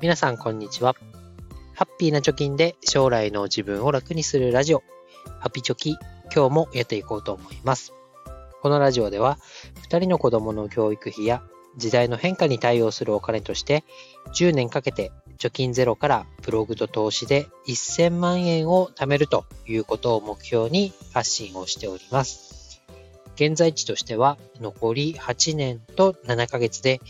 皆さんこんにちは。ハッピーな貯金で将来の自分を楽にするラジオ、ハピチョキ、今日もやっていこうと思います。このラジオでは、2人の子供の教育費や時代の変化に対応するお金として、10年かけて貯金ゼロからブログと投資で1000万円を貯めるということを目標に発信をしております。現在地としては残り8年と7ヶ月で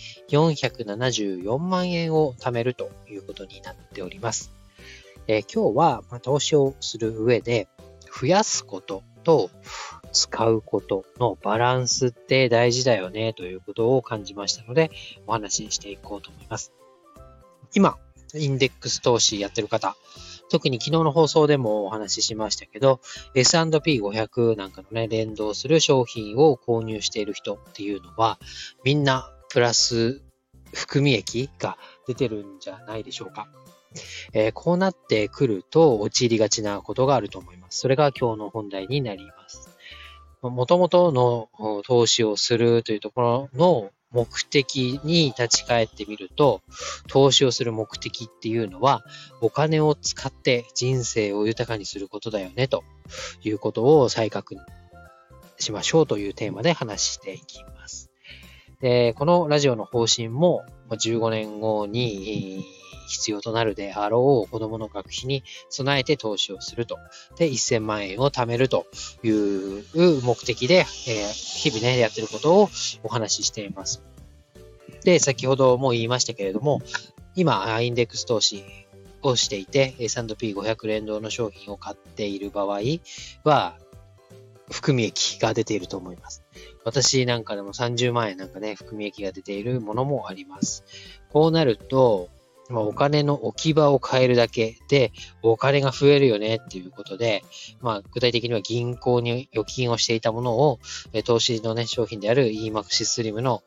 474万円を貯めるということになっております。今日は投資をする上で増やすことと使うことのバランスって大事だよねということを感じましたのでお話ししていこうと思います。今、インデックス投資やってる方、特に昨日の放送でもお話ししましたけど、S&P500 なんかのね、連動する商品を購入している人っていうのは、みんなプラス含み益が出てるんじゃないでしょうか。こうなってくると陥りがちなことがあると思います。それが今日の本題になります。もともとの投資をするというところの目的に立ち返ってみると、投資をする目的っていうのは、お金を使って人生を豊かにすることだよね、ということを再確認しましょうというテーマで話していきます。で、このラジオの方針も15年後に必要となるであろう子供の学費に備えて投資をすると。で、1000万円を貯めるという目的で、日々ね、やってることをお話ししています。で、先ほども言いましたけれども、今、インデックス投資をしていて、S&P500 連動の商品を買っている場合は、含み益が出ていると思います。私なんかでも30万円なんかね、含み益が出ているものもあります。こうなると、お金の置き場を変えるだけでお金が増えるよねっていうことで、具体的には銀行に預金をしていたものを投資のね、商品である EMAXI SLIM の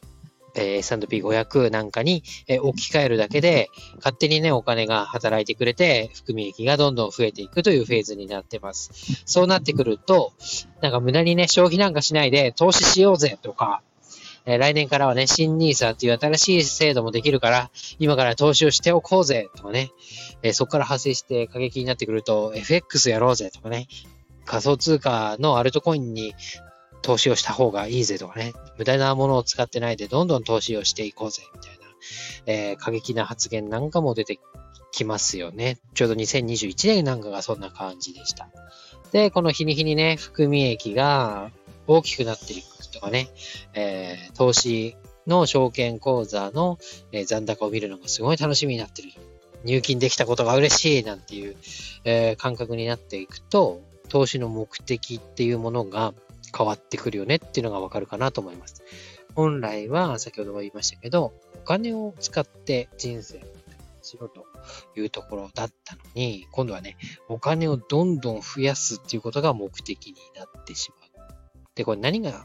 S&P500 なんかに置き換えるだけで勝手にね、お金が働いてくれて含み益がどんどん増えていくというフェーズになってます。そうなってくると、なんか無駄にね、消費なんかしないで投資しようぜとか、来年からはね、新NISAっていう新しい制度もできるから、今から投資をしておこうぜとかね、そこから派生して過激になってくると、FX やろうぜとかね、仮想通貨のアルトコインに投資をした方がいいぜとかね、無駄なものを使ってないでどんどん投資をしていこうぜみたいな、過激な発言なんかも出てきますよね。ちょうど2021年なんかがそんな感じでした。で、この日に日にね、含み益が大きくなっていくとかね、投資の証券口座の、残高を見るのがすごい楽しみになってる。入金できたことが嬉しいなんていう、感覚になっていくと、投資の目的っていうものが変わってくるよねっていうのがわかるかなと思います。本来は先ほども言いましたけど、お金を使って人生をしろというところだったのに、今度はね、お金をどんどん増やすっていうことが目的になってしまう。で、これ何が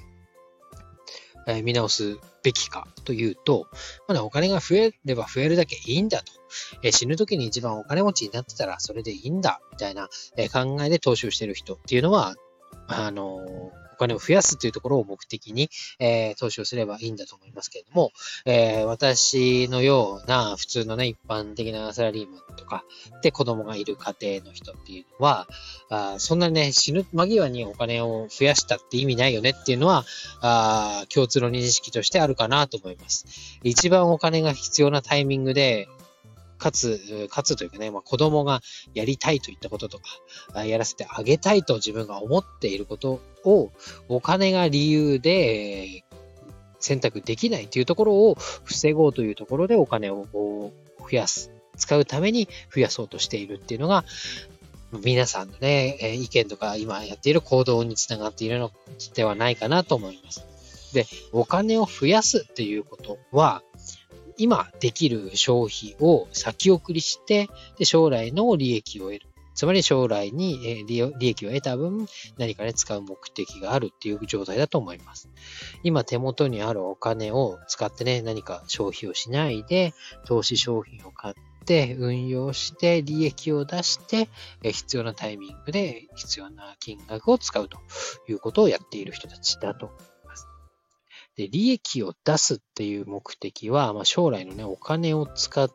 見直すべきかというと、まだお金が増えれば増えるだけいいんだと。死ぬ時に一番お金持ちになってたらそれでいいんだ、みたいな考えで投資をしている人っていうのは、お金を増やすというところを目的に、投資をすればいいんだと思いますけれども、私のような普通のね、一般的なサラリーマンとかで子供がいる家庭の人っていうのは、そんなね、死ぬ間際にお金を増やしたって意味ないよねっていうのは、共通の認識としてあるかなと思います。一番お金が必要なタイミングで、かつというかね、子供がやりたいといったこととか、やらせてあげたいと自分が思っていることを、お金が理由で選択できないというところを防ごうというところでお金を増やす。使うために増やそうとしているっていうのが、皆さんのね、意見とか今やっている行動につながっているのではないかなと思います。で、お金を増やすっていうことは、今できる消費を先送りして、で将来の利益を得る。つまり将来に利益を得た分、何かね、使う目的があるっていう状態だと思います。今手元にあるお金を使ってね、何か消費をしないで、投資商品を買って運用して利益を出して、必要なタイミングで必要な金額を使うということをやっている人たちだと思います。で、利益を出すっていう目的は、将来のね、お金を使っ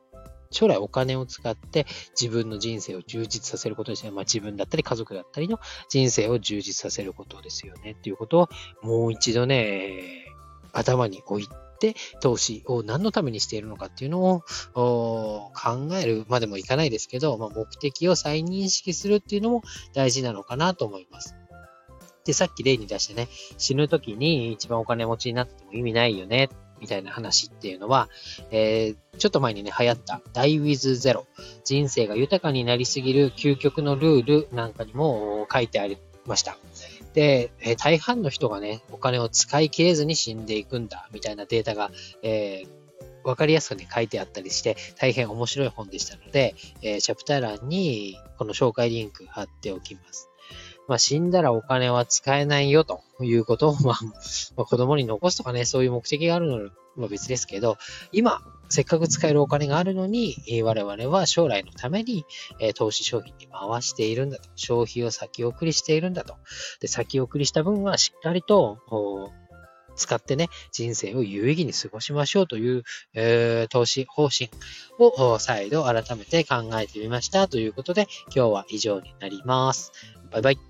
将来お金を使って自分の人生を充実させることですね。自分だったり家族だったりの人生を充実させることですよね。っていうことをもう一度ね、頭に置いて、投資を何のためにしているのかっていうのを考えるまでもいかないですけど、目的を再認識するっていうのも大事なのかなと思います。で、さっき例に出してね、死ぬ時に一番お金持ちになっても意味ないよね、みたいな話っていうのは、ちょっと前にね、流行った Die with Zero。人生が豊かになりすぎる究極のルールなんかにも書いてありました。で、大半の人がね、お金を使い切れずに死んでいくんだ、みたいなデータが、わかりやすくね、書いてあったりして、大変面白い本でしたので、チャプター欄にこの紹介リンク貼っておきます。死んだらお金は使えないよということを、子供に残すとかね、そういう目的があるのは別ですけど、今、せっかく使えるお金があるのに、我々は将来のために、投資商品に回しているんだと。消費を先送りしているんだと。で、先送りした分はしっかりと、使ってね、人生を有意義に過ごしましょうという、投資方針を再度改めて考えてみましたということで、今日は以上になります。バイバイ。